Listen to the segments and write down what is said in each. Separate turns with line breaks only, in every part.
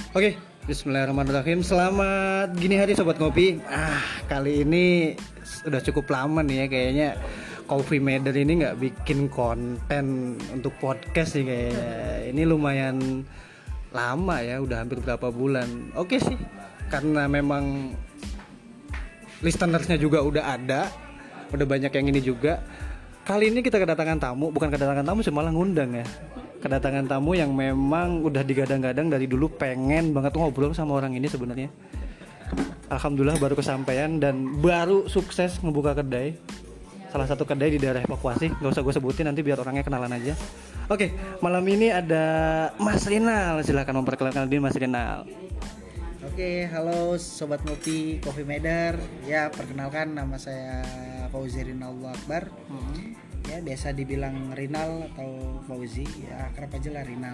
Oke, bismillahirrahmanirrahim. Selamat gini hari Sobat Ngopi. Kali ini udah cukup lama nih ya kayaknya Coffee Matter ini nggak bikin konten untuk podcast sih kayaknya. Ini lumayan lama ya, udah hampir berapa bulan. Oke sih, karena memang listenersnya juga udah ada, udah banyak yang ini juga. Kali ini kita kedatangan tamu, bukan kedatangan tamu sih, malah ngundang ya. Kedatangan tamu yang memang udah digadang-gadang dari dulu pengen banget ngobrol sama orang ini sebenarnya. Alhamdulillah baru kesampaian dan baru sukses ngebuka kedai. Salah satu kedai di daerah evakuasi, nggak usah gue sebutin nanti biar orangnya kenalan aja. Oke, malam ini ada Mas Rinal, silakan memperkenalkan diri Mas Rinal.
Oke, halo Sobat Ngopi Coffee Matter. Ya, perkenalkan nama saya Fauzi Rinaldo Akbar. Ya, biasa dibilang Rinal atau Fauzi, ya akrab aja lah Rinal.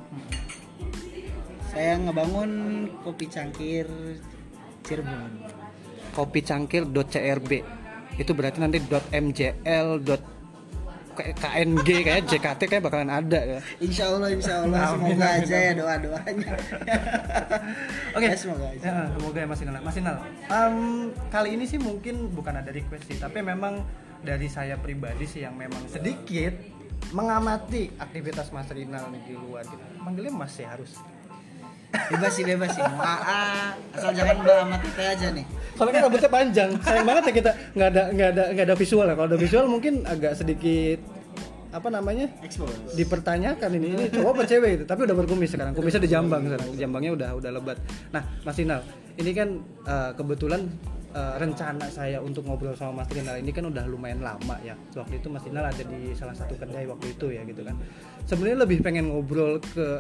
Saya ngebangun Kopi Cangkir Cirebon.
Kopicangkir.crb itu berarti nanti .mjl .kng kayak JKT kayak bakalan ada ya.
Insya Allah semoga aja ya doa-doanya.
Oke,
Ya, semoga aja.
Semoga ya Mas Inal. Kali ini sih mungkin bukan ada request sih, tapi memang dari saya pribadi sih yang memang sedikit mengamati aktivitas Mas Rinal nih di luar. Kita manggilnya Mas ya harus.
Bebas sih. Asal jangan Mbak Amat kita aja nih.
Soalnya kan rambutnya panjang. Sayang banget ya kita nggak ada visual ya. Kalau ada visual mungkin agak sedikit apa namanya?
Expose.
Dipertanyakan ini cowok apa cewek itu, tapi udah berkumis sekarang. Kumisnya dijambang sekarang. Jambangnya udah lebat. Nah, Mas Rinal, ini kan kebetulan rencana saya untuk ngobrol sama Mas Rinal ini kan udah lumayan lama ya. Waktu itu Mas Rinal ada di salah satu kedai waktu itu ya gitu kan. Sebenarnya lebih pengen ngobrol ke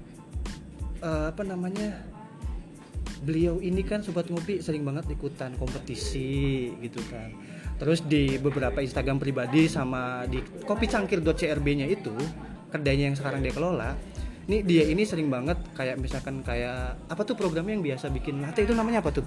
beliau ini kan Sobat Ngopi sering banget ikutan kompetisi gitu kan. Terus di beberapa Instagram pribadi sama di kopicangkir.crb-nya itu, kedainya yang sekarang dia kelola. Dia ini sering banget kayak misalkan kayak apa tuh programnya yang biasa bikin latte itu namanya apa tuh?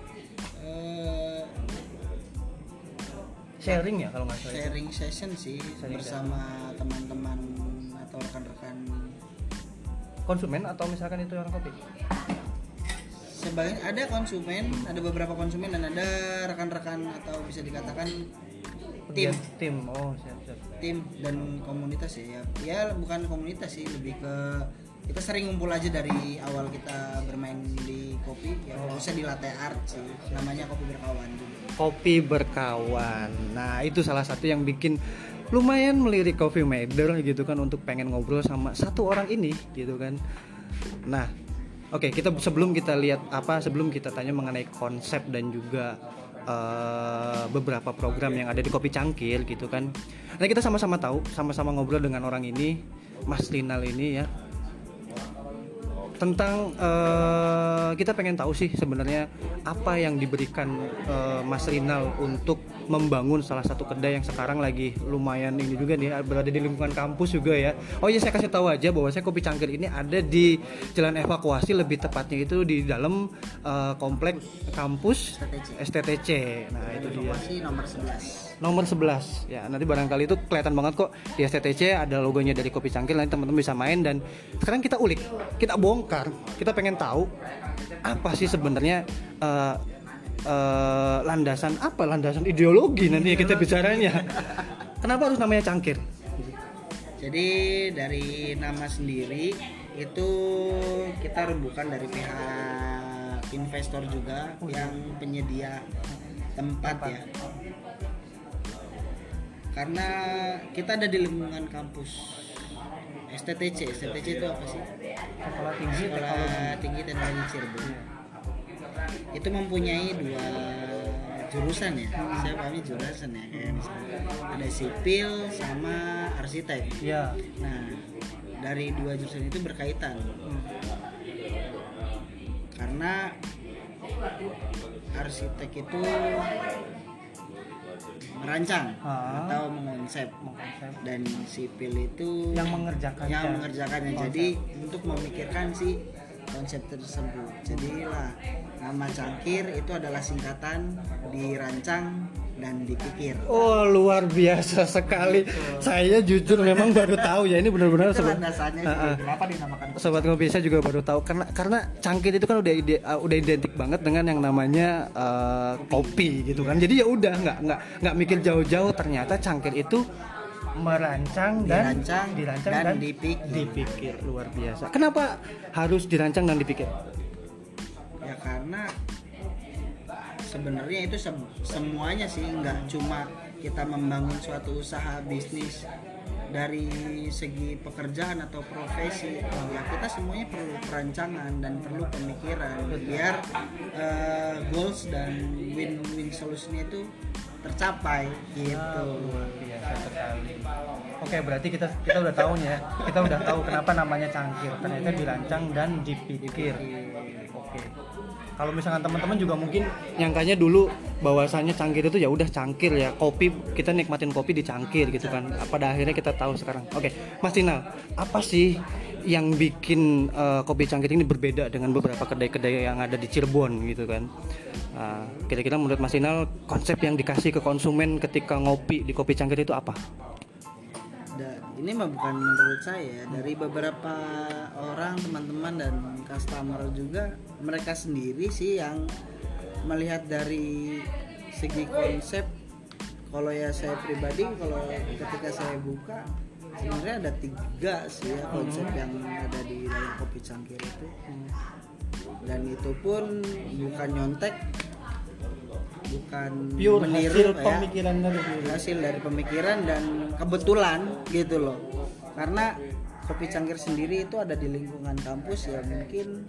Sharing ya kalau nggak salah.
Sharing session sih bersama teman-teman atau rekan-rekan
Konsumen atau misalkan itu orang kopi?
Sebagian ada konsumen, ada beberapa konsumen dan ada rekan-rekan atau bisa dikatakan tim.
Oh, siap.
Tim dan komunitas ya. Ya bukan komunitas sih, lebih ke kita sering ngumpul aja dari awal kita bermain di kopi ya, bisa di latte art sih. Namanya Kopi Berkawan juga.
Kopi Berkawan. Nah, itu salah satu yang bikin lumayan melirik Coffee Matter gitu kan untuk pengen ngobrol sama satu orang ini gitu kan. Nah, oke, sebelum kita tanya mengenai konsep dan juga beberapa program yang ada di Kopi Cangkir gitu kan. Nah, kita sama-sama tahu, sama-sama ngobrol dengan orang ini, Mas Rinal ini ya. Tentang kita pengen tahu sih sebenarnya apa yang diberikan Mas Rinal untuk membangun salah satu kedai yang sekarang lagi lumayan ini juga nih, berada di lingkungan kampus juga ya. Oh iya, saya kasih tahu aja bahwa saya Kopi Cangkir ini ada di Jalan Evakuasi, lebih tepatnya itu di dalam komplek kampus STTC. Nah, itu dia. Nomor 11 ya, nanti barangkali itu kelihatan banget kok di STTC ada logonya dari Kopi Cangkir. Nanti teman-teman bisa main dan sekarang kita ulik, kita bongkar, kita pengen tahu apa sih sebenarnya landasan ideologi nanti kita bicaranya. Kenapa harus namanya Cangkir?
Jadi dari nama sendiri itu kita rembukan dari pihak investor juga yang penyedia tempat ya. Karena kita ada di lingkungan kampus STTC itu apa sih? Sekolah Tinggi Teknologi Cirebon. Itu mempunyai dua jurusan ya. Saya pahamnya jurusan ya. Kayak misalnya ada sipil sama arsitek.
Iya.
Nah, dari dua jurusan itu berkaitan. Karena arsitek itu merancang atau mengonsep dan sipil itu yang mengerjakannya. Jadi untuk memikirkan si konsep tersebut. Jadilah nama Cangkir itu adalah singkatan dirancang dan dipikir.
Oh, luar biasa sekali. Saya jujur memang baru tahu ya, ini benar-benar
Itu
sobat.
landasannya kenapa dinamakan
Sobat Ngopi, saya juga baru tahu karena cangkir itu kan udah identik banget dengan yang namanya kopi gitu kan. Jadi ya udah nggak mikir jauh-jauh, ternyata cangkir itu merancang dan dirancang dan dipikir. Luar biasa. Kenapa harus dirancang dan dipikir?
Ya karena sebenarnya itu semuanya sih, nggak cuma kita membangun suatu usaha bisnis dari segi pekerjaan atau profesi, ya kita semuanya perlu perancangan dan perlu pemikiran biar goals dan win-win solusinya itu tercapai gitu.
Luar biasa sekali. Oke, berarti kita udah tahu ya. Kita udah tahu kenapa namanya cangkir. Ternyata dirancang dan dipikir. Oke. Kalau misalkan teman-teman juga mungkin nyangkanya dulu bahwasannya cangkir itu ya udah cangkir ya, kopi, kita nikmatin kopi di cangkir gitu kan. Pada akhirnya kita tahu sekarang. Oke, Mas Tinal, apa sih yang bikin kopi cangkir ini berbeda dengan beberapa kedai-kedai yang ada di Cirebon gitu kan? Kira-kira menurut Mas Tinal konsep yang dikasih ke konsumen ketika ngopi di kopi cangkir itu apa?
Ini mah bukan menurut saya, dari beberapa orang, teman-teman dan customer juga, mereka sendiri sih yang melihat dari segi konsep. Kalau ya saya pribadi, kalau ketika saya buka, sebenarnya ada 3 sih ya konsep yang ada di dalam kopi cangkir itu, dan itu pun bukan nyontek, bukan
pure
meniru,
hasil
dari pemikiran dan kebetulan gitu loh. Karena kopi cangkir sendiri itu ada di lingkungan kampus ya, mungkin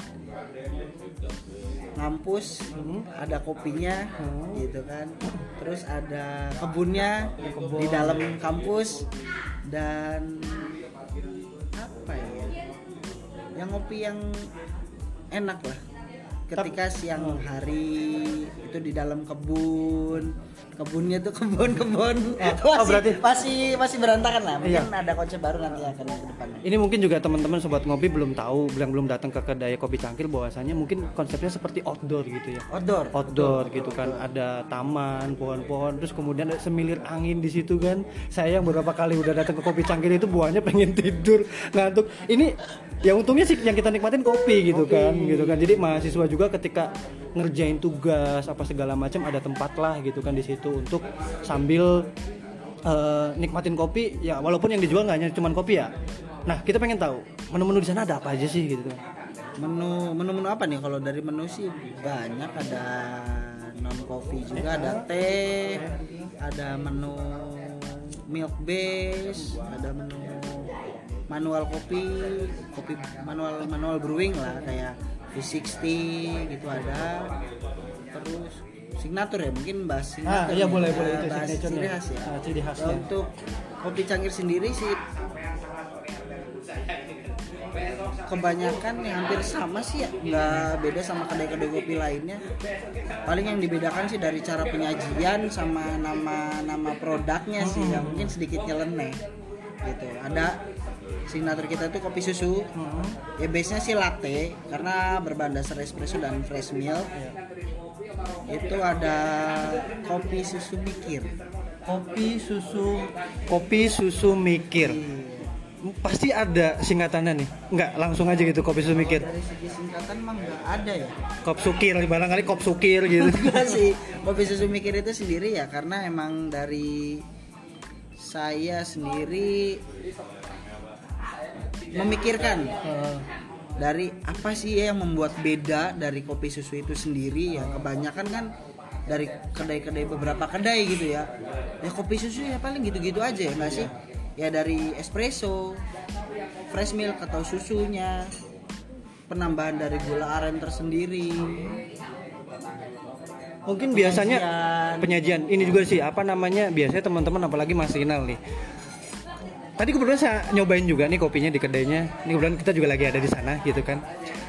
ngampus ada kopinya gitu kan, terus ada kebunnya di dalam kampus, dan apa ya, yang ngopi yang enak lah ketika siang hari itu di dalam kebunnya tuh kebun
berarti
masih berantakan lah. Mungkin ada konsep baru nanti akan ke depannya.
Ini mungkin juga teman-teman sobat ngopi belum tahu, belum datang ke kedai kopi cangkir, bahwasanya mungkin konsepnya seperti outdoor gitu ya. Outdoor gitu kan, ada taman, pohon-pohon, terus kemudian ada semilir angin di situ kan. Saya yang beberapa kali udah datang ke kopi cangkir itu buahnya pengen tidur, ngantuk. Ini ya untungnya sih yang kita nikmatin kopi gitu kan. Jadi mahasiswa juga ketika ngerjain tugas apa segala macam ada tempat lah gitu kan di situ untuk sambil nikmatin kopi ya, walaupun yang dijual nggak hanya cuma kopi ya. Nah, kita pengen tahu menu-menu di sana ada apa aja sih gitu kan.
Menu apa nih? Kalau dari menu sih banyak, ada non coffee juga, ada teh, ada menu milk base, ada menu manual kopi manual brewing lah, kayak V60 gitu ada. Terus signature ya, mungkin bahas signature.
Iya boleh itu
bahas ciri khas ya.
Ciri khasnya.
Untuk kopi cangkir sendiri sih kebanyakan yang hampir sama sih ya, nggak beda sama kedai-kedai kopi lainnya. Paling yang dibedakan sih dari cara penyajian sama nama produknya sih yang mungkin sedikit nyeleneh gitu. Ada signature kita tuh kopi susu, ya base nya sih latte karena berbahan dasar espresso dan fresh milk. Itu ada kopi susu mikir.
Kopi susu mikir. Pasti ada singkatannya nih, nggak langsung aja gitu kopi susu mikir.
Dari segi singkatan mah nggak ada ya.
Kop sukir, barangkali kop sukir gitu.
Enggak sih, kopi susu mikir itu sendiri ya karena emang dari saya sendiri memikirkan dari apa sih ya yang membuat beda dari kopi susu itu sendiri ya. Kebanyakan kan dari kedai-kedai, beberapa kedai gitu ya, ya kopi susu ya paling gitu-gitu aja ya nggak sih, ya dari espresso, fresh milk atau susunya, penambahan dari gula aren tersendiri.
Mungkin biasanya penyajian ini juga sih, apa namanya, biasanya teman-teman apalagi Mas Rinal nih. Tadi kebetulan saya nyobain juga nih kopinya di kedainya. Ini kebetulan kita juga lagi ada di sana gitu kan.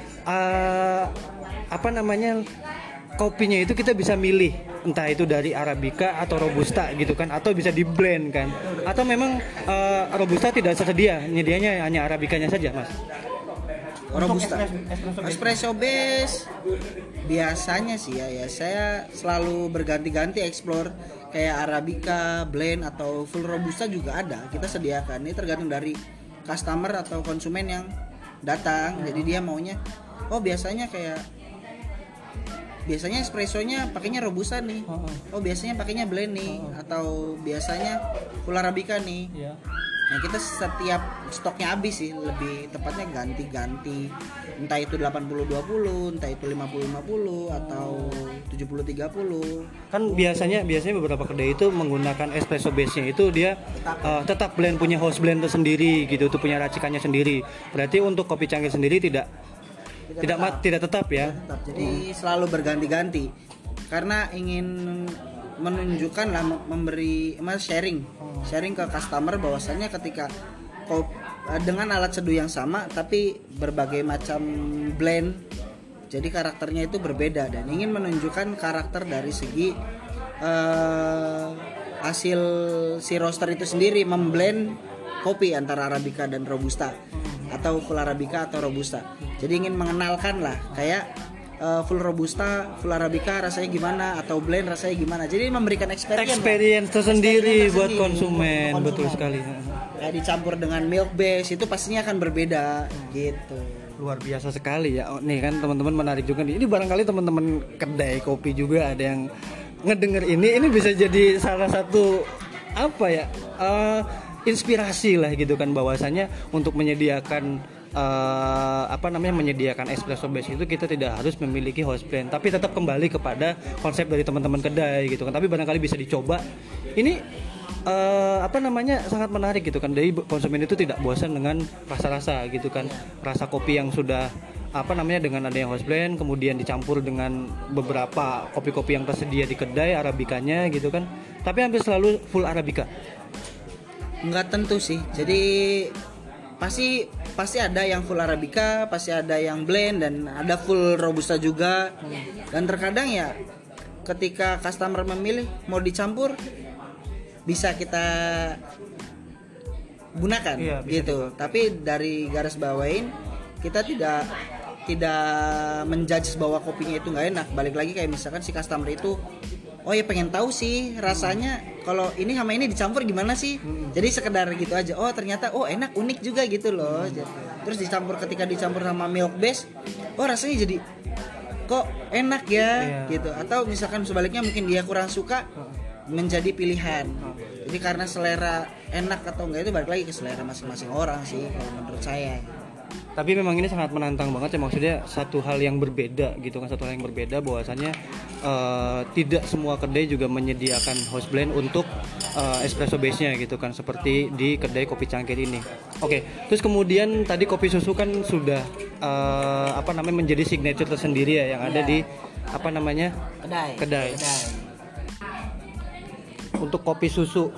Apa namanya, kopinya itu kita bisa milih entah itu dari Arabica atau Robusta gitu kan, atau bisa di blend kan, atau memang Robusta tidak tersedia, nyedianya hanya Arabicanya saja Mas.
Robusta, espresso base biasanya sih ya saya selalu berganti-ganti explore. kayak Arabica, blend atau full robusta juga ada. Kita sediakan. Ini tergantung dari customer atau konsumen yang datang. Jadi dia maunya biasanya espressonya pakainya robusta nih. Oh biasanya pakainya blend nih, atau biasanya full Arabica nih. Nah kita setiap stoknya habis sih, lebih tepatnya ganti-ganti, entah itu 80-20, entah itu 50-50 atau 70-30.
Kan biasanya beberapa kedai itu menggunakan espresso base-nya itu dia tetap blend, punya house blend tersendiri gitu, itu punya racikannya sendiri. Berarti untuk kopi Cangkir sendiri tidak tetap ya.
Tetap. Jadi selalu berganti-ganti karena ingin menunjukkan lah, memberi sharing ke customer bahwasannya ketika dengan alat seduh yang sama tapi berbagai macam blend, jadi karakternya itu berbeda, dan ingin menunjukkan karakter dari segi hasil si roaster itu sendiri memblend kopi antara Arabica dan Robusta atau full Arabica atau Robusta. Jadi ingin mengenalkan lah kayak full Robusta, full Arabica rasanya gimana, atau blend rasanya gimana. Jadi memberikan
experience tersendiri buat konsumen. Betul sekali.
Kayak dicampur dengan milk base itu pastinya akan berbeda gitu.
Luar biasa sekali ya. Nih kan teman-teman, menarik juga nih. Ini barangkali teman-teman kedai kopi juga ada yang ngedenger ini bisa jadi salah satu inspirasi lah gitu kan, bahwasannya untuk menyediakan menyediakan espresso base itu kita tidak harus memiliki house blend, tapi tetap kembali kepada konsep dari teman-teman kedai gitu kan. Tapi barangkali bisa dicoba. Ini sangat menarik gitu kan. Dari konsumen itu tidak bosan dengan rasa-rasa gitu kan. Rasa kopi yang sudah dengan adanya house blend kemudian dicampur dengan beberapa kopi-kopi yang tersedia di kedai arabikanya gitu kan. Tapi hampir selalu full Arabica.
Enggak tentu sih. Jadi pasti ada yang full Arabica, pasti ada yang blend, dan ada full Robusta juga. Dan terkadang ya ketika customer memilih mau dicampur bisa kita gunakan gitu. Tapi dari garis bawain kita tidak menjudge bahwa kopinya itu nggak enak. Balik lagi kayak misalkan si customer itu pengen tahu sih rasanya kalau ini sama ini dicampur gimana sih. Jadi sekedar gitu aja. Ternyata enak, unik juga gitu loh. Terus ketika dicampur sama milk base, rasanya jadi kok enak ya gitu. Atau misalkan sebaliknya mungkin dia kurang suka, menjadi pilihan. Jadi karena selera enak atau enggak itu balik lagi ke selera masing-masing orang sih kalau menurut saya.
Tapi memang ini sangat menantang banget ya, maksudnya satu hal yang berbeda gitu kan, bahwasannya tidak semua kedai juga menyediakan house blend untuk espresso base-nya gitu kan, seperti di kedai kopi Cangkir ini. Oke, terus kemudian tadi kopi susu kan sudah menjadi signature tersendiri ya yang ada di kedai. Untuk kopi susu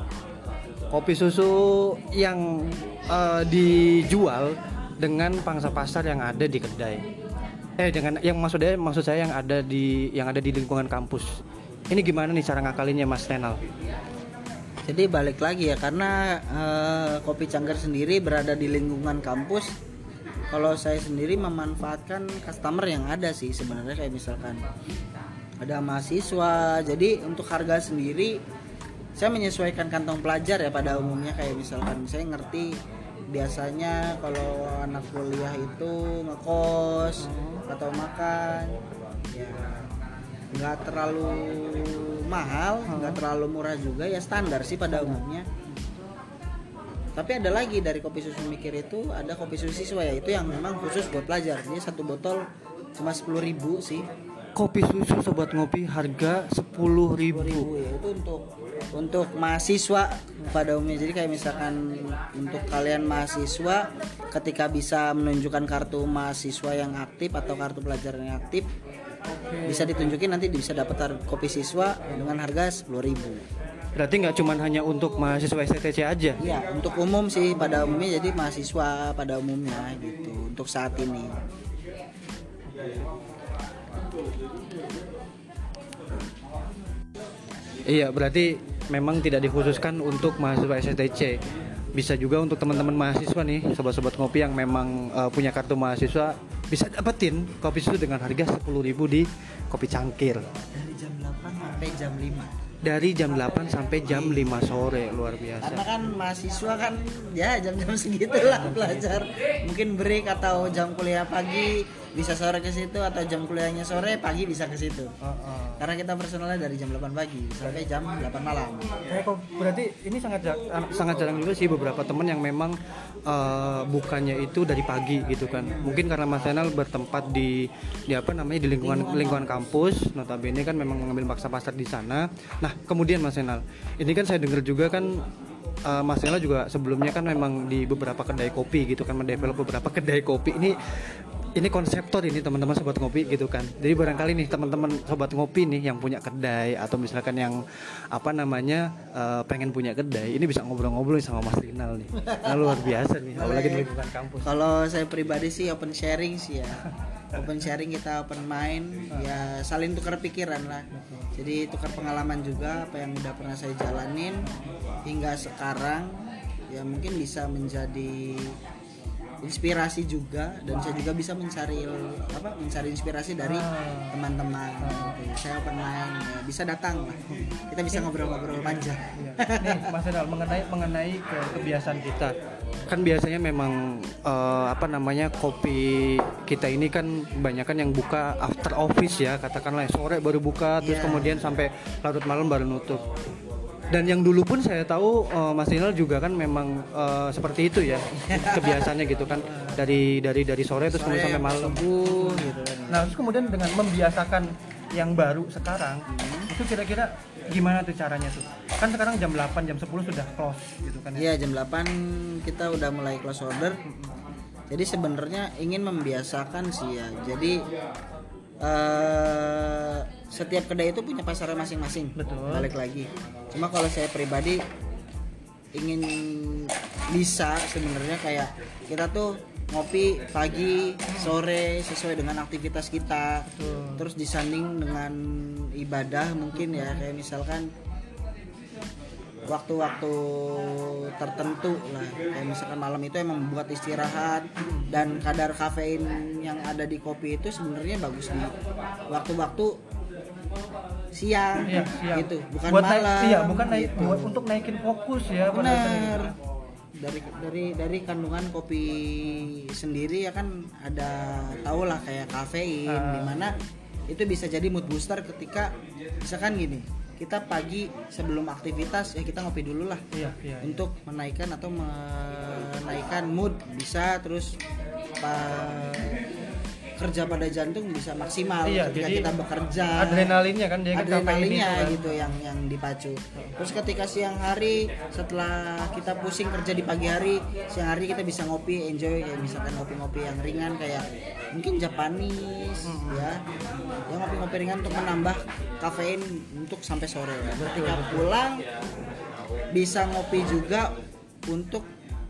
yang dijual dengan pangsa pasar yang ada di kedai. Maksud saya yang ada di lingkungan kampus. Ini gimana nih cara ngakalinnya Mas Renal?
Jadi balik lagi ya, karena kopi Cangkir sendiri berada di lingkungan kampus. Kalau saya sendiri memanfaatkan customer yang ada sih sebenarnya, kayak misalkan ada mahasiswa. Jadi untuk harga sendiri saya menyesuaikan kantong pelajar ya pada umumnya. Kayak misalkan saya ngerti biasanya kalau anak kuliah itu ngekos atau makan ya nggak terlalu mahal, nggak terlalu murah juga, ya standar sih pada umumnya. Tapi ada lagi dari kopi susu mikir itu, ada kopi susu siswa ya, itu yang memang khusus buat pelajar. Jadi satu botol cuma 10.000 sih.
Kopi susu Sobat Ngopi harga 10.000
ya, itu untuk mahasiswa pada umumnya. Jadi kayak misalkan untuk kalian mahasiswa, ketika bisa menunjukkan kartu mahasiswa yang aktif atau kartu pelajar yang aktif, bisa ditunjukin, nanti bisa dapat kopi siswa dengan harga 10.000.
Berarti nggak cuma hanya untuk mahasiswa STTC aja?
Iya, untuk umum sih pada umumnya. Jadi mahasiswa pada umumnya gitu untuk saat ini.
Iya, berarti memang tidak dikhususkan untuk mahasiswa STTC. Bisa juga untuk teman-teman mahasiswa nih, sobat-sobat ngopi yang memang punya kartu mahasiswa, bisa dapetin kopi susu dengan harga 10.000 di Kopi Cangkir.
Dari jam 8 sampai jam 5.
dari jam 8 sampai jam 5 sore, luar biasa.
Karena kan mahasiswa kan ya jam-jam segitulah belajar. Mungkin break atau jam kuliah pagi bisa sore ke situ, atau jam kuliahnya sore pagi bisa ke situ. Karena kita personalnya dari jam 8 pagi sampai jam 8 malam.
Kok berarti ini sangat jarang juga sih beberapa teman yang memang bukannya itu dari pagi gitu kan. Mungkin karena Mas Zainal bertempat di apa namanya di lingkungan kampus, notabene kan memang mengambil maksa pasar di sana. Nah, kemudian Mas Zainal, ini kan saya dengar juga kan Mas Zainal juga sebelumnya kan memang di beberapa kedai kopi gitu kan, mendevelop beberapa kedai kopi. Ini konseptor ini teman-teman sobat ngopi gitu kan. Jadi barangkali nih teman-teman sobat ngopi nih yang punya kedai atau misalkan yang apa namanya pengen punya kedai, ini bisa ngobrol-ngobrol sama Mas Rinal nih. Nah, luar biasa nih, apalagi di lingkungan kampus.
Kalau saya pribadi sih open sharing sih ya. Open sharing, kita open mind, ya saling tukar pikiran lah. Jadi tukar pengalaman juga apa yang udah pernah saya jalanin hingga sekarang, ya mungkin bisa menjadi inspirasi juga, dan saya juga bisa mencari inspirasi dari teman-teman gitu. Saya open mind, ya, bisa datang lah, kita bisa ngobrol-ngobrol panjang.
Nih Mas Zainal, mengenai kebiasaan kita kan biasanya memang apa namanya kopi kita ini kan kebanyakan yang buka after office ya, katakanlah sore baru buka, terus kemudian sampai larut malam baru nutup. Dan yang dulu pun saya tahu Mas Rinal juga kan memang seperti itu ya kebiasaannya gitu kan, dari sore terus kemudian sampai malam
gitu.
Nah, terus kemudian dengan membiasakan yang baru sekarang itu kira-kira gimana tuh caranya tuh? Kan sekarang jam 8, jam 10 sudah close gitu kan ya?
Iya, jam 8 kita udah mulai close order. Jadi sebenarnya ingin membiasakan sih ya. Jadi setiap kedai itu punya pasarnya masing-masing.
Betul.
Balik lagi. Cuma kalau saya pribadi ingin bisa sebenarnya kayak kita tuh ngopi pagi, sore sesuai dengan aktivitas kita.
Betul.
Terus disanding dengan ibadah mungkin ya, kayak misalkan waktu-waktu tertentu lah, kayak misalkan malam itu emang buat istirahat, dan kadar kafein yang ada di kopi itu sebenarnya bagus di waktu-waktu siang,
siang.
gitu, bukan
buat
malam.
Bukan
gitu.
buat untuk naikin fokus ya.
Benar. Dari kandungan kopi sendiri ya kan ada, tau lah kayak kafein, dimana itu bisa jadi mood booster ketika misalkan gini, kita pagi sebelum aktivitas ya kita ngopi dulu lah, untuk menaikkan mood bisa, terus kerja pada jantung bisa maksimal ketika kita bekerja.
Adrenalinnya kan dia
adrenalinnya gitu yang dipacu. Terus ketika siang hari setelah kita pusing kerja di pagi hari, siang hari kita bisa ngopi, enjoy kayak misalkan ngopi-ngopi yang ringan kayak mungkin Japanese ya ngopi-ngopi ringan untuk menambah kafein untuk sampai sore. Ketika pulang bisa ngopi juga untuk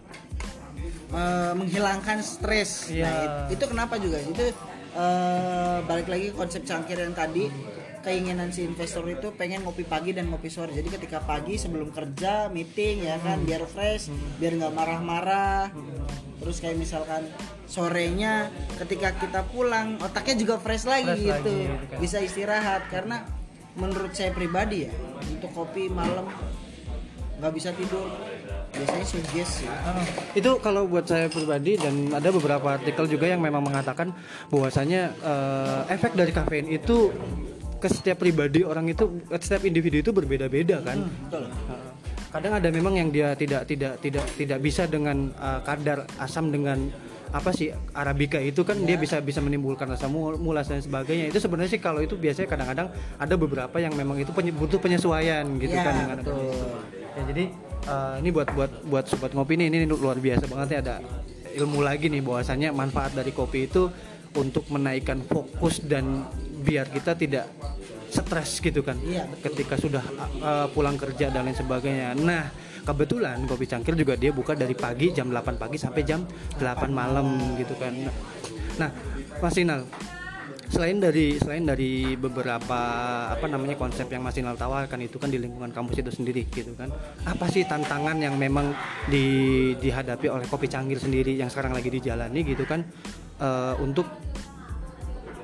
menghilangkan stres. Nah, itu kenapa juga itu balik lagi konsep cangkir yang tadi, keinginan si investor itu pengen ngopi pagi dan ngopi sore. Jadi ketika pagi sebelum kerja meeting ya kan, biar fresh, biar nggak marah-marah. Terus kayak misalkan sorenya ketika kita pulang otaknya juga fresh lagi gitu, bisa istirahat. Karena menurut saya pribadi ya, untuk kopi malam nggak bisa tidur biasanya suggest sih.
Itu kalau buat saya pribadi, dan ada beberapa artikel juga yang memang mengatakan bahwasanya efek dari kafein itu ke setiap pribadi orang itu, setiap individu itu berbeda-beda kan.
Betul.
Kadang ada memang yang dia tidak bisa dengan kadar asam dengan apa sih arabica itu kan, dia bisa menimbulkan rasa mulas dan sebagainya. Itu sebenarnya sih kalau itu biasanya kadang-kadang ada beberapa yang memang itu butuh penyesuaian gitu kan dengan kondisi. Ya, jadi ini buat sobat ngopi ini luar biasa banget ya, ada ilmu lagi nih bahwasanya manfaat dari kopi itu untuk menaikkan fokus dan biar kita tidak stres gitu kan. Ketika sudah pulang kerja dan lain sebagainya. Nah, kebetulan Kopi Cangkir juga dia buka dari pagi jam 8 pagi sampai jam 8 malam gitu kan. Nah, Mas Rinal, selain dari beberapa konsep yang Mas Rinal tawarkan itu kan di lingkungan kampus itu sendiri gitu kan, apa sih tantangan yang memang dihadapi oleh Kopi Cangkir sendiri yang sekarang lagi dijalani gitu kan, untuk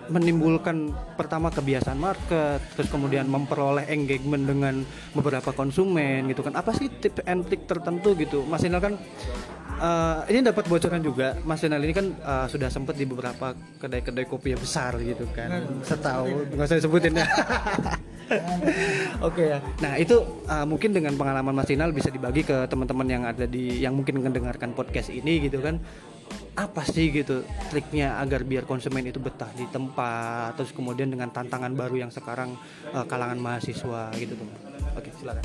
menimbulkan pertama kebiasaan market, terus kemudian memperoleh engagement dengan beberapa konsumen gitu kan. Apa sih tips and trick tertentu gitu? Mas Inal kan ini dapat bocoran juga. Mas Inal ini kan sudah sempat di beberapa kedai-kedai kopi yang besar gitu kan. Setahu nggak usah disebutin ya. Oke ya. Nah itu mungkin dengan pengalaman Mas Inal bisa dibagi ke teman-teman yang ada yang mungkin mendengarkan podcast ini gitu kan. Apa sih gitu triknya agar biar konsumen itu betah di tempat, terus kemudian dengan tantangan baru yang sekarang kalangan mahasiswa gitu tuh. Oke silakan.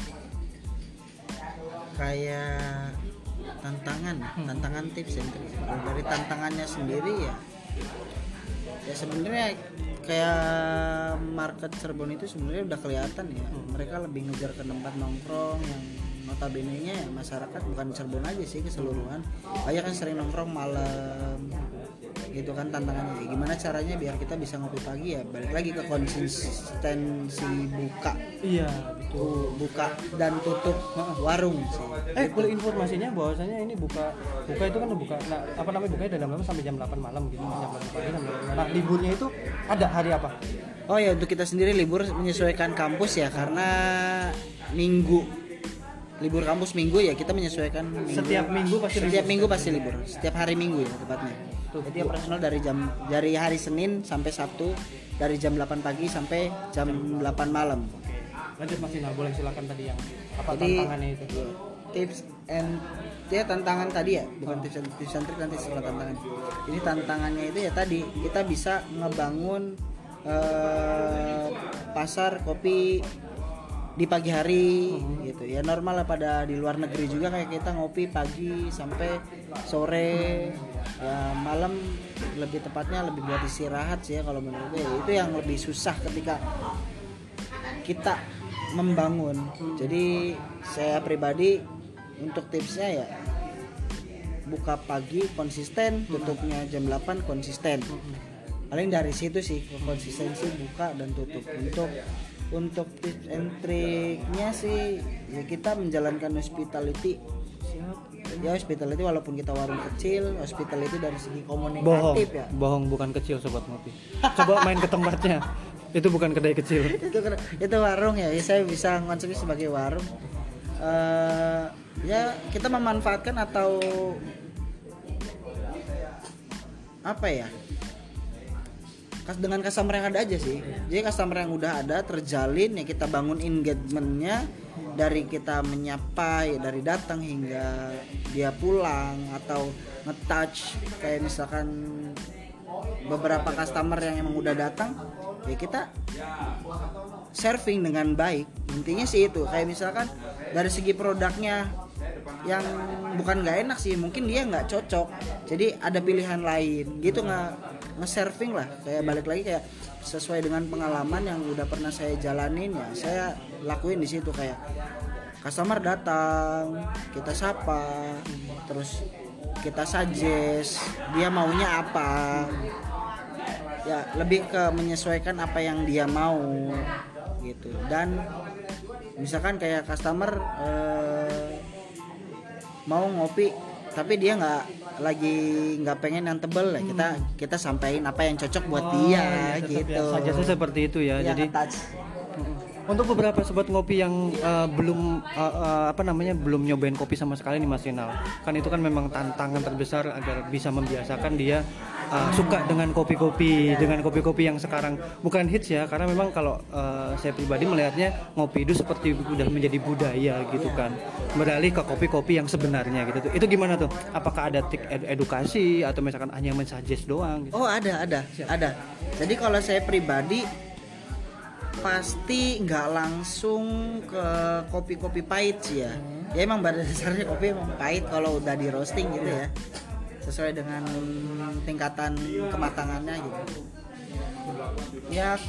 Kayak tantangan tips and trik. Dari tantangannya sendiri ya sebenarnya kayak market Cirebon itu sebenarnya udah kelihatan ya. Mereka lebih ngejar ke tempat nongkrong yang notabene-nya ya masyarakat bukan Cirebon aja sih, keseluruhan banyak kan sering nongkrong malam gitu kan. Tantangannya gimana caranya biar kita bisa ngopi pagi ya, balik lagi ke konsistensi buka.
Iya betul.
Buka dan tutup warung sih.
Boleh informasinya bahwasanya ini buka itu kan buka bukanya dari jam 6 sampai jam 8 malam gitu, jam 8 pagi sampai jam 8. Nah liburnya itu ada hari apa?
Oh ya, untuk kita sendiri libur menyesuaikan kampus ya, karena libur kampus minggu ya, kita menyesuaikan minggu.
Setiap minggu pasti
libur. Setiap hari minggu ya tepatnya. Jadi operasional dari hari Senin sampai Sabtu, dari jam 8 pagi sampai jam 8 malam.
Lanjut Mas Inal, boleh silakan tadi yang apa
jadi,
tantangannya itu.
Tips and ya tantangan tadi ya, bukan tips and trik, nanti setelah tantangan. Jadi tantangannya itu ya tadi kita bisa ngebangun pasar kopi di pagi hari gitu ya, normal lah pada di luar negeri juga kayak kita ngopi pagi sampai sore ya, malam lebih tepatnya lebih buat istirahat sih ya kalau menurut gue. Itu yang lebih susah ketika kita membangun. Jadi saya pribadi untuk tipsnya ya buka pagi konsisten, tutupnya jam 8 konsisten. Paling dari situ sih konsistensi buka dan tutup. Untuk tips and triknya sih ya kita menjalankan hospitality. Ya hospitality walaupun kita warung kecil, hospitality dari segi komunikatif ya.
Bohong bukan kecil sobat ngopi. Coba main ke tempatnya. Itu bukan kedai kecil.
itu warung ya. Saya bisa konsepnya sebagai warung. Ya kita memanfaatkan atau apa ya? Dengan customer yang ada aja sih. Jadi customer yang udah ada terjalin ya kita bangun engagementnya dari kita menyapa ya, dari datang hingga dia pulang atau nge-touch kayak misalkan beberapa customer yang emang udah datang ya kita serving dengan baik. Intinya sih itu, kayak misalkan dari segi produknya yang bukan nggak enak sih, mungkin dia nggak cocok, jadi ada pilihan lain gitu, nge-serving lah, kayak balik lagi kayak sesuai dengan pengalaman yang udah pernah saya jalanin ya saya lakuin di situ. Kayak customer datang kita sapa, terus kita suggest dia maunya apa ya, lebih ke menyesuaikan apa yang dia mau gitu. Dan misalkan kayak customer mau ngopi tapi dia nggak pengen yang tebel lah, kita sampaikan apa yang cocok buat dia gitu.
Saja seperti itu ya. Jadi untuk beberapa sobat ngopi yang belum belum nyobain kopi sama sekali nih Mas Inal, kan itu kan memang tantangan terbesar agar bisa membiasakan dia suka dengan kopi-kopi yang sekarang bukan hits ya, karena memang kalau saya pribadi melihatnya ngopi itu seperti udah menjadi budaya gitu kan, beralih ke kopi-kopi yang sebenarnya gitu. Itu gimana tuh? Apakah ada trik edukasi atau misalkan hanya mensuggest doang gitu?
Oh ada. Jadi kalau saya pribadi pasti nggak langsung ke kopi-kopi pahit sih ya. Ya emang pada dasarnya kopi emang pahit kalau udah di roasting gitu ya, sesuai dengan tingkatan kematangannya gitu. Ya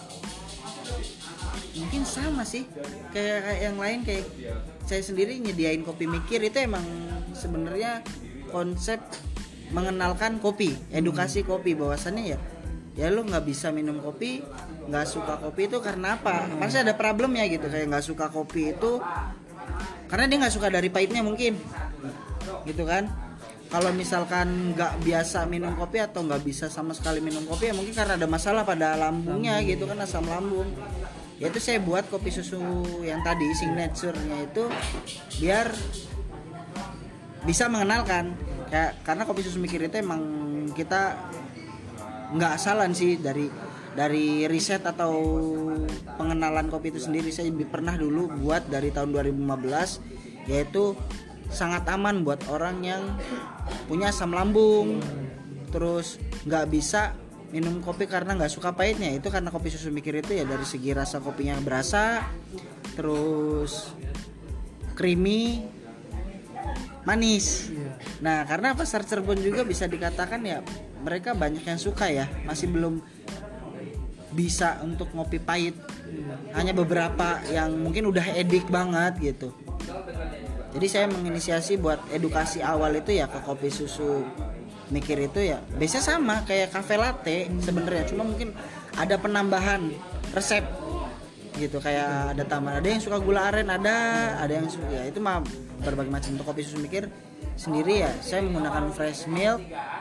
mungkin sama sih kayak yang lain, kayak saya sendiri nyediain kopi mikir itu emang sebenarnya konsep mengenalkan kopi, edukasi kopi, bahwasannya ya lu nggak bisa minum kopi, nggak suka kopi itu karena apa? Pasti ada problemnya gitu. Kayak nggak suka kopi itu karena dia nggak suka dari pahitnya mungkin, gitu kan? kalau misalkan nggak biasa minum kopi atau nggak bisa sama sekali minum kopi ya mungkin karena ada masalah pada lambungnya gitu kan, asam lambung. Ya itu saya buat kopi susu yang tadi signature-nya itu biar bisa mengenalkan. Karena kopi susu mikir itu emang kita nggak asalan sih dari riset atau pengenalan kopi itu sendiri. Saya pernah dulu buat dari tahun 2015, yaitu sangat aman buat orang yang punya asam lambung, terus nggak bisa minum kopi karena nggak suka pahitnya. Itu karena kopi susu mikir itu ya dari segi rasa kopinya berasa, terus creamy, manis. Nah karena pasar Cirebon juga bisa dikatakan ya mereka banyak yang suka ya, masih belum bisa untuk ngopi pahit. Hanya beberapa yang mungkin udah edik banget gitu. Jadi saya menginisiasi buat edukasi awal itu ya ke kopi susu mikir itu ya biasanya sama kayak cafe latte sebenarnya, cuma mungkin ada penambahan resep gitu, kayak ada tambahan, ada yang suka gula aren, ada yang suka ya itu mah berbagai macam. Untuk kopi susu mikir sendiri ya saya menggunakan fresh milk,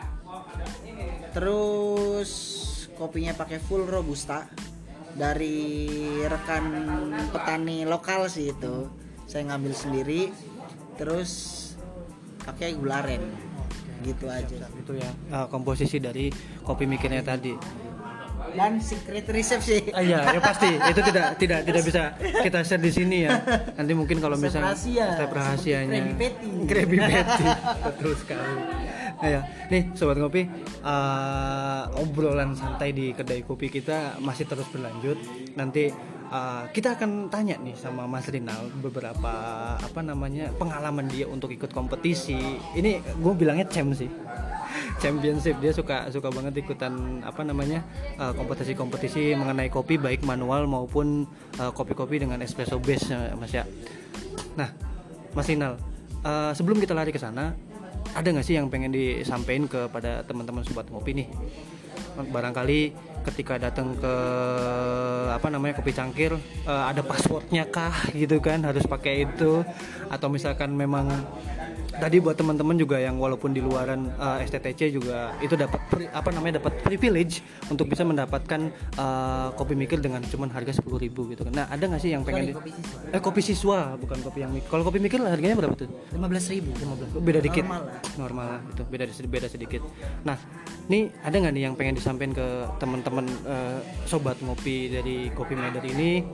terus kopinya pakai full robusta dari rekan petani lokal sih, itu saya ngambil sendiri, terus pakai gula aren gitu aja.
Itu ya komposisi dari kopi mikirnya tadi.
Dan secret resep sih.
Iya, ya pasti itu tidak bisa kita share di sini ya. Nanti mungkin kalau misalnya step rahasianya. Krabby Patty. Betul sekali. Nah, ya. Nih sobat ngopi, obrolan santai di kedai kopi kita masih terus berlanjut. Nanti kita akan tanya nih sama Mas Rinal beberapa pengalaman dia untuk ikut kompetisi. Ini gue bilangnya championship, dia suka banget ikutan kompetisi mengenai kopi baik manual maupun kopi-kopi dengan espresso base, Mas ya. Nah, Mas Rinal, sebelum kita lari ke sana, ada nggak sih yang pengen disampaikan kepada teman-teman sobat ngopi nih? Barangkali ketika datang ke kopi cangkir, ada passwordnya kah gitu kan, harus pakai itu, atau misalkan memang tadi buat teman-teman juga yang walaupun di luaran STTC juga itu dapat privilege untuk bisa mendapatkan kopi mikir dengan cuman harga 10.000 gitu kan. Nah, ada nggak sih yang pengen kopi siswa, bukan kopi yang mikir. Kalau kopi mikir harganya berapa tuh?
15.000.
Beda dikit. Normal lah itu, beda sedikit. Nah, ini ada nggak nih yang pengen disampaikan ke teman-teman sobat ngopi dari Kopi Mader ini,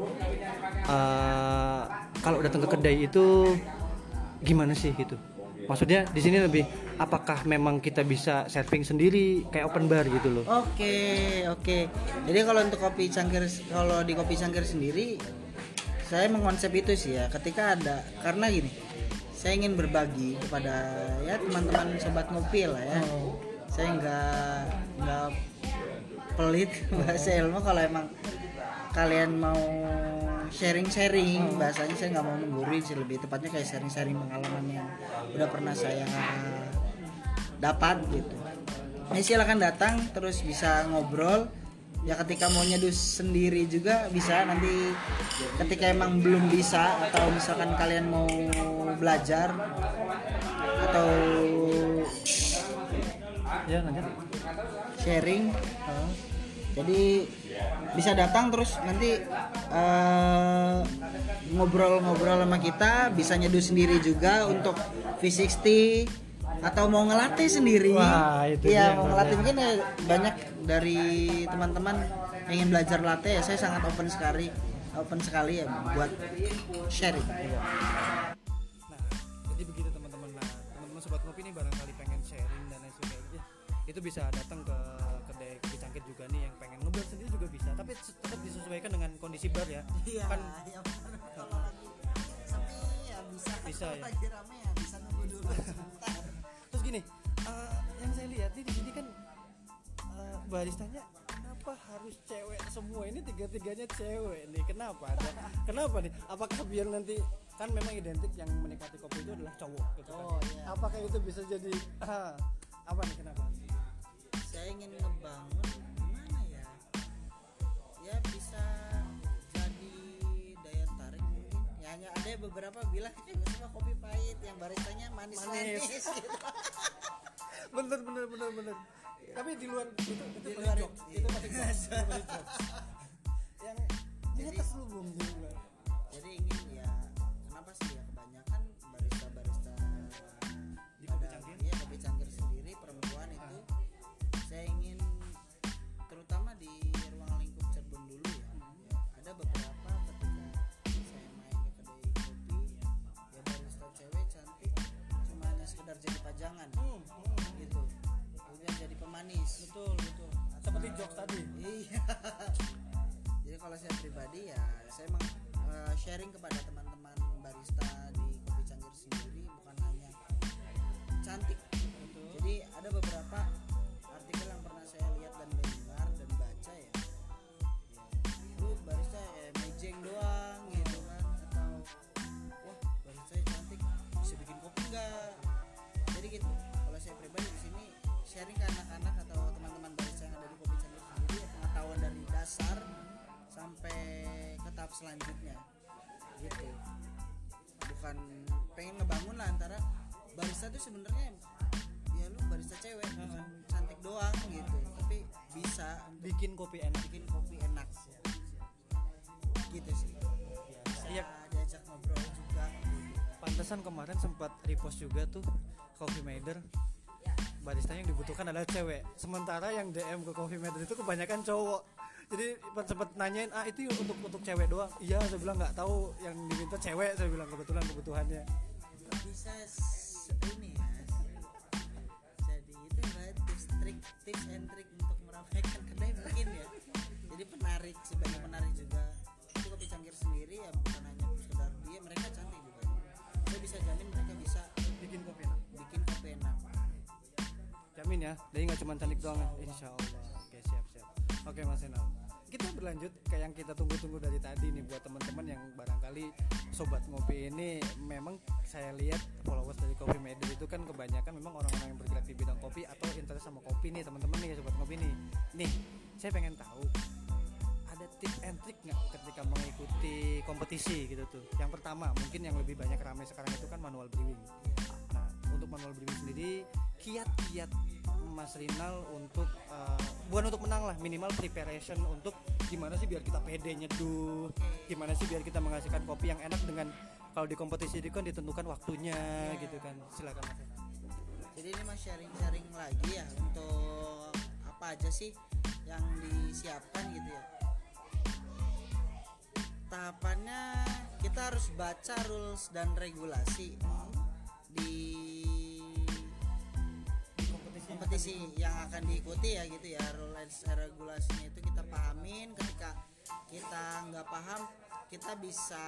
kalau datang ke kedai itu gimana sih gitu? Maksudnya di sini lebih apakah memang kita bisa serving sendiri kayak open bar gitu loh?
Oke. Jadi kalau untuk kopi cangkir, kalau di kopi cangkir sendiri saya mengkonsep itu sih ya, ketika ada, karena gini, saya ingin berbagi kepada ya teman-teman sobat ngopi lah ya. Saya nggak pelit bahasa ilmu. Kalau emang kalian mau sharing bahasanya, saya nggak mau menggurui sih, lebih tepatnya kayak sharing pengalaman yang udah pernah saya dapat gitu. Nah, silakan datang, terus bisa ngobrol ya. Ketika mau nyeduh sendiri juga bisa, nanti ketika emang belum bisa atau misalkan kalian mau belajar atau
Ya, lanjut.
sharing, jadi bisa datang, terus nanti ngobrol-ngobrol sama kita, bisa nyeduh sendiri juga untuk V60 atau mau ngelatih sendiri.
Wah, itu
ya mau ngelatih mungkin ya, banyak dari teman-teman yang ingin belajar latte ya, saya sangat open sekali ya buat sharing.
Nah, jadi begitu teman-teman. Nah, teman-teman sobat ngopi ini barangkali pengen sharing dan lain sebagainya, itu bisa datang ke kedai kopi cangkir juga nih. Yang pengen ngebuat sendiri juga bisa, tapi tetap disesuaikan dengan kondisi bar ya.
Iya,
Kan
ya, sepi ya bisa
ya.
Lagi rame ya bisa nunggu dulu sebentar.
Terus gini, yang saya lihat nih di sini kan baristanya kenapa harus cewek semua? Ini tiga-tiganya cewek nih. Kenapa nih? Apakah biar nanti, kan memang identik yang menikmati kopi itu adalah cowok gitu kan.
Iya.
Apakah itu bisa jadi apa nih, kenapa?
Saya ingin ngebangun gimana ya? Ya bisa jadi daya tarik mungkin. Ya, hanya ada beberapa bilang semua kopi pahit, yang baristanya manis-manis gitu.
bener. Tapi di luar itu
Di luar
jokes. Itu masih jokes. Yang ini terselubung di luar.
Jadi ingin ya, kenapa sih ya kebanyakan barista
Di Kopi Cangkir?
Iya, Kopi Cangkir sendiri perempuan itu saya ingin terutama di ruang lingkup Cirebon dulu ya. Ada beberapa ketika saya main ke kedai kopi ya barista cewek cantik cuma hanya sekedar jadi pajangan gitu. Kemudian jadi pemanis.
Betul. Seperti jokes tadi.
Iya. Jadi kalau saya pribadi ya saya emang sharing kepada teman-teman barista di Kopi Cangkir sendiri bukan hanya cantik. Jadi ada beberapa artikel yang pernah saya lihat dan dengar dan baca ya. Lu barista mejeng doang gitu kan atau wah barista cantik bisa bikin kopi enggak. Jadi gitu. Kalau saya pribadi di sini sharing ke anak-anak atau teman-teman barista yang ada di Kopi Cangkir sendiri ya, pengetahuan dari dasar sampai ke tahap selanjutnya gitu. Bukan pengen ngebangun lah antara barista tuh sebenarnya ya lu barista cewek bukan cantik doang gitu, tapi bisa
Bikin kopi enak.
bikin kopi enak gitu sih. Bisa
Iya.
diajak ngobrol juga gitu.
Pantesan kemarin sempat repost juga tuh Coffee Mader. Baristanya yang dibutuhkan adalah cewek. Sementara yang DM ke Coffee Mader itu kebanyakan cowok. Jadi sempat nanyain, itu untuk cewek doang. Iya, saya bilang nggak tahu yang diminta cewek. Saya bilang kebutuhannya.
Bisa ini ya. Jadi itu enggak tips and trick untuk meramaikan kedai mungkin ya. Jadi penarik sebagai penarik juga. Itu Kopi Cangkir sendiri ya bukan hanya sekedar dia mereka cantik juga. Saya bisa jamin mereka bisa
Bikin kopi enak.
bikin kopi enak.
Jamin ya. Jadi nggak cuma cantik doang. Insya Allah. Oke, siap. Oke Mas Enal. Kita berlanjut ke yang kita tunggu-tunggu dari tadi nih buat teman-teman yang barangkali sobat ngopi ini memang saya lihat followers dari Coffee Mader itu kan kebanyakan memang orang-orang yang bergerak di bidang kopi atau interest sama kopi nih teman-teman nih sobat ngopi nih. Nih, saya pengen tahu ada tips and trick nggak ketika mengikuti kompetisi gitu tuh. Yang pertama mungkin yang lebih banyak ramai sekarang itu kan manual brewing. Nah, untuk manual brewing sendiri kiat-kiat Mas Rinal untuk bukan untuk menang lah, minimal preparation untuk gimana sih biar kita pede nyeduh, gimana sih biar kita menghasilkan kopi yang enak dengan kalau di kompetisi itu kan ditentukan waktunya gitu kan. Silakan Mas Rinal.
Jadi ini Mas sharing lagi ya untuk apa aja sih yang disiapkan gitu ya. Tahapannya kita harus baca rules dan regulasi di kompetisi yang akan diikuti ya gitu ya. Rules dan regulasinya itu kita pahamin. Ketika kita nggak paham kita bisa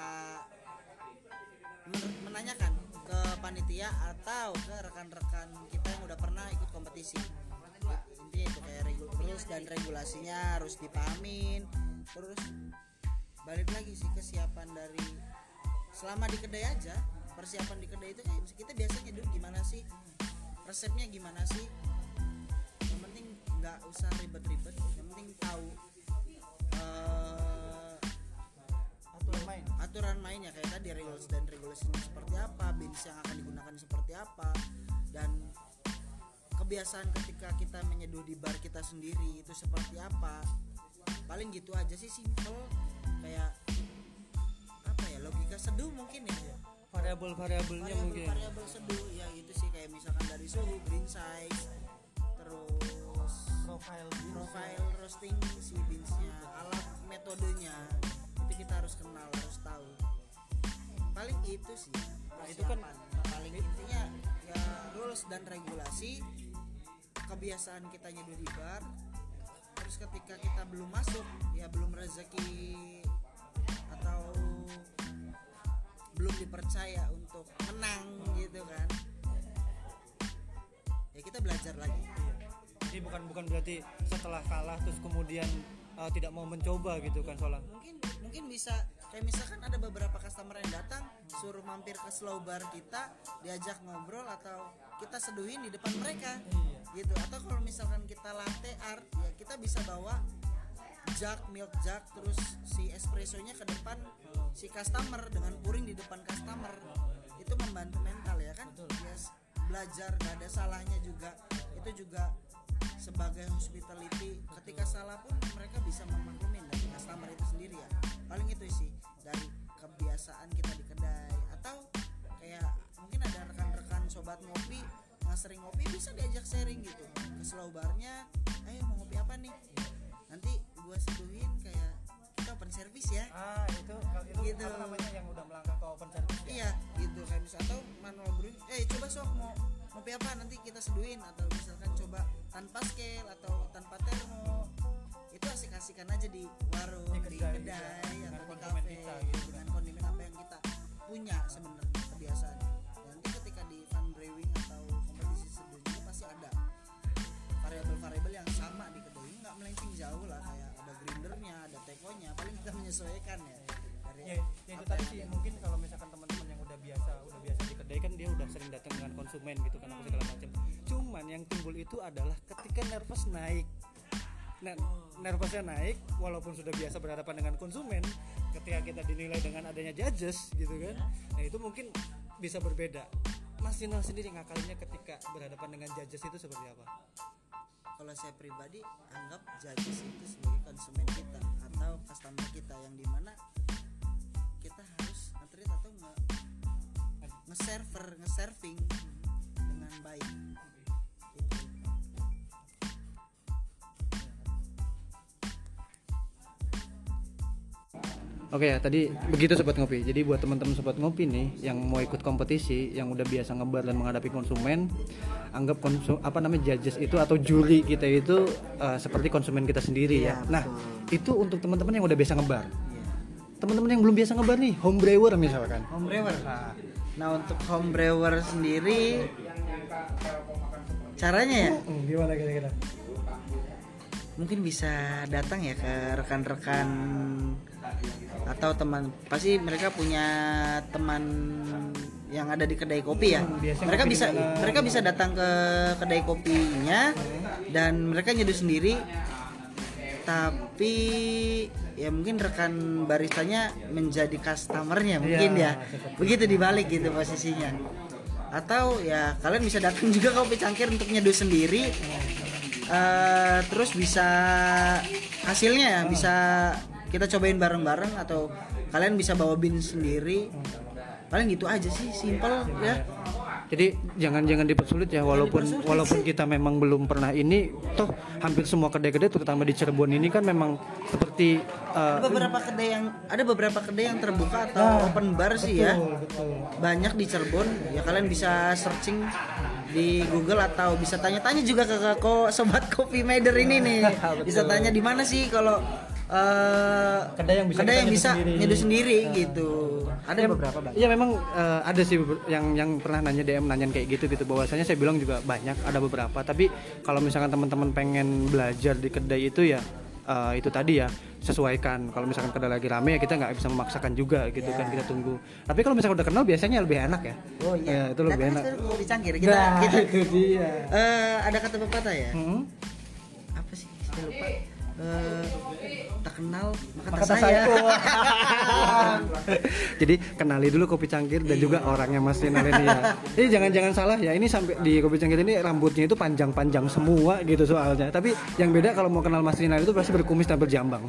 menanyakan ke panitia atau ke rekan-rekan kita yang udah pernah ikut kompetisi. Intinya itu kayak rules dan regulasinya harus dipahamin. Terus balik lagi sih kesiapan dari selama di kedai aja. Persiapan di kedai itu kayak kita biasanya dulu gimana sih, resepnya gimana sih. Yang penting nggak usah ribet-ribet, yang penting tahu aturan mainnya kayak tadi rules dan regulasinya seperti apa, beans yang akan digunakan seperti apa, dan kebiasaan ketika kita menyeduh di bar kita sendiri itu seperti apa. Paling gitu aja sih, simple kayak apa ya, logika seduh mungkin ya,
Variabel-variabelnya mungkin.
variabel seduh ya itu sih, kayak misalkan dari suhu, grain size, terus profile roasting si beansnya, alat metodenya itu kita harus kenal, harus tahu. Paling itu sih.
Nah, itu kan
paling intinya ya rules dan regulasi, kebiasaan kita nyeduh di bar. Terus ketika kita belum masuk ya belum rezeki atau belum dipercaya untuk menang gitu kan, ya kita belajar lagi.
Jadi bukan berarti setelah kalah terus kemudian tidak mau mencoba gitu kan soalnya.
Mungkin bisa kayak misalkan ada beberapa customer yang datang suruh mampir ke slow bar kita, diajak ngobrol atau kita seduhin di depan mereka gitu. Atau kalau misalkan kita latte art ya kita bisa bawa milk jug terus si espressonya ke depan si customer dengan pouring di depan customer. Itu membantu mental ya kan. Yes, belajar, gak ada salahnya juga itu juga sebagai hospitality, ketika salah pun mereka bisa memaklumin dari customer itu sendiri ya. Paling itu sih dari kebiasaan kita di kedai, atau kayak mungkin ada rekan-rekan sobat ngopi nggak sering ngopi, bisa diajak sharing gitu ke slow barnya, ayo mau ngopi apa nih, nanti gua seduhin kayak kita open service ya.
Itu
gitu.
apa namanya yang udah melangkah ke open service ya?
Iya gitu, kayak bisa atau manual brewing, coba sok mau ngopi apa, nanti kita seduhin, atau misalkan coba tanpa scale atau tanpa termo, itu asik-asikan aja di warung, di kedai atau di kafe gitu, dengan kondimen apa yang kita punya sebenarnya kebiasaan. Nanti ketika di fun brewing atau kompetisi seduhnya pasti ada variabel-variabel yang sama di kedai, nggak melenceng jauh lah, kayak ada grindernya, ada tekonya, paling kita menyesuaikan ya.
Ya itu tadi sih, mungkin kalau misalkan teman-teman yang udah biasa di kedai kan dia udah sering datang dengan konsumen gitu kan, apa segala macam. Cuman yang timbul itu adalah ketika nervous naik. Nah, nervousnya naik walaupun sudah biasa berhadapan dengan konsumen, ketika kita dinilai dengan adanya judges gitu kan. Nah, itu mungkin bisa berbeda. Mas Sinal sendiri ngakalinnya ketika berhadapan dengan judges itu seperti apa?
Kalau saya pribadi anggap judges itu sebagai konsumen kita atau customer kita, yang dimana kita harus nge-treat atau nge-serving dengan baik.
Oke ya, tadi begitu sobat ngopi. Jadi buat teman-teman sobat ngopi nih yang mau ikut kompetisi, yang udah biasa ngebar dan menghadapi konsumen, anggap judges itu atau juri kita itu seperti konsumen kita sendiri ya. Nah, itu untuk teman-teman yang udah biasa ngebar. Teman-teman yang belum biasa ngebar nih, home brewer misalkan.
Home brewer. Nah, untuk home brewer sendiri caranya ya?
Gimana kira-kira?
Mungkin bisa datang ya ke rekan-rekan atau teman, pasti mereka punya teman yang ada di kedai kopi ya. Mereka bisa datang ke kedai kopinya dan mereka nyeduh sendiri, tapi ya mungkin rekan baristanya menjadi customernya mungkin ya. Begitu dibalik gitu posisinya. Atau ya kalian bisa datang juga ke Kopi Cangkir untuk nyeduh sendiri. Terus bisa hasilnya ya bisa kita cobain bareng-bareng, atau kalian bisa bawa bin sendiri. Paling gitu aja sih, simple ya.
Jadi jangan dipersulit ya, walaupun kita memang belum pernah ini, toh hampir semua kedai-kedai terutama di Cirebon ini kan memang seperti
ada beberapa kedai yang terbuka atau open bar sih ya. Betul. Banyak di Cirebon ya, kalian bisa searching di Google atau bisa tanya-tanya juga ke sobat Kopi Mader ini nih. Bisa tanya di mana sih kalau kedai yang bisa nyeduh sendiri gitu. Ada beberapa banyak.
Iya memang ada sih yang pernah nanya DM nanyain kayak gitu bahwasanya saya bilang juga banyak, ada beberapa. Tapi kalau misalkan teman-teman pengen belajar di kedai itu ya itu tadi ya, sesuaikan. Kalau misalkan kedai lagi rame ya kita nggak bisa memaksakan juga gitu kan, kita tunggu. Tapi kalau misalkan udah kenal biasanya lebih enak ya.
Oh iya.
Itu lebih enak.
Kopi Cangkir kita
itu dia.
Ada kata pepatah ya. Apa sih? Saya lupa. Tak kenal maka tak sayang.
Jadi kenali dulu Kopi Cangkir dan juga orangnya Mas Sinal ini ya. Jadi jangan salah ya, ini sampai di Kopi Cangkir ini rambutnya itu panjang-panjang semua gitu soalnya. Tapi yang beda kalau mau kenal Mas Sinal itu pasti berkumis dan berjambang.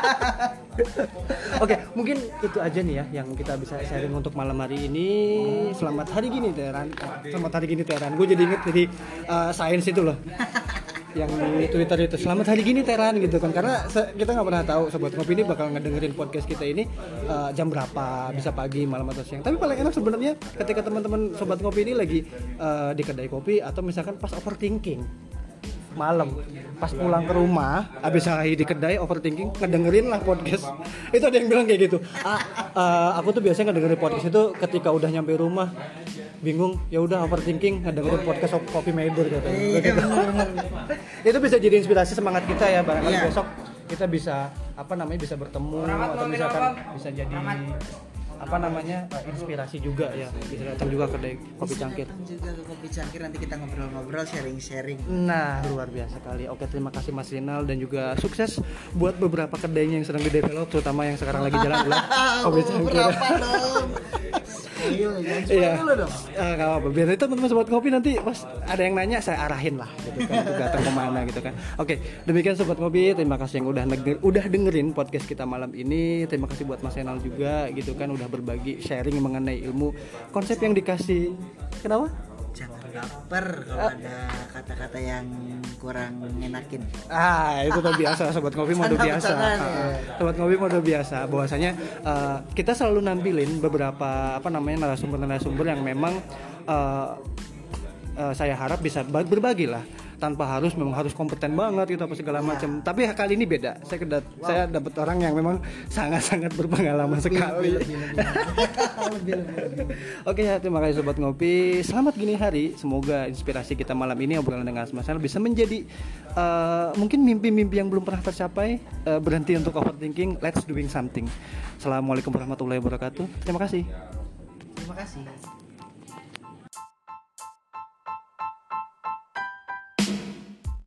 Oke, mungkin itu aja nih ya yang kita bisa sharing untuk malam hari ini. Selamat hari gini Teran. Gue jadi inget dari sains itu loh. Yang di Twitter itu, selamat hari gini Teran gitu kan, karena kita nggak pernah tahu sobat ngopi ini bakal ngedengerin podcast kita ini jam berapa, bisa pagi, malam atau siang. Tapi paling enak sebenarnya ketika teman-teman sobat ngopi ini lagi di kedai kopi atau misalkan pas overthinking malam, pas pulang ke rumah habis hari di kedai overthinking, ngedengerin lah podcast. Itu ada yang bilang kayak gitu. Aku tuh biasanya ngedengerin podcast itu ketika udah nyampe rumah bingung, ya udah overthinking ngedengerin podcast Kopi Mader katanya. Itu bisa jadi inspirasi semangat kita ya, barangkali besok kita bisa bisa bertemu atau misalkan bisa jadi inspirasi juga ya, bisa datang juga ke Kopi Cangkir.
Juga ke Kopi Cangkir, nanti kita ngobrol-ngobrol, sharing-sharing.
Nah, luar biasa kali. Oke, terima kasih Mas Sinal dan juga sukses buat beberapa kedainya yang sedang di develop, terutama yang sekarang lagi jalan Kopi Cangkir.
Berapa dong?
Iya. Gak apa-apa. Biar itu teman-teman sobat ngopi nanti pas ada yang nanya saya arahin lah gitu kan. Untuk datang kemana gitu kan. Oke, demikian sobat ngopi. Terima kasih yang udah dengerin podcast kita malam ini. Terima kasih buat Mas Enal juga gitu kan udah berbagi sharing mengenai ilmu konsep yang dikasih. Kenapa?
Jangan baper kalau ada kata-kata yang kurang ngenakin.
Itu udah biasa sobat ngopi mode biasa. Sobat ngopi mode biasa. Bahwasanya kita selalu nampilin beberapa narasumber yang memang saya harap bisa berbagi lah tanpa harus kompeten banget gitu apa segala macam. Tapi kali ini beda. Saya dapat orang yang memang sangat-sangat berpengalaman sekali. Lebih. Oke ya, terima kasih sobat ngopi. Selamat gini hari. Semoga inspirasi kita malam ini obrolan dengan Mas Enal bisa menjadi mungkin mimpi-mimpi yang belum pernah tercapai. Berhenti untuk overthinking. Let's doing something. Assalamualaikum warahmatullahi wabarakatuh. Terima kasih.
Terima kasih.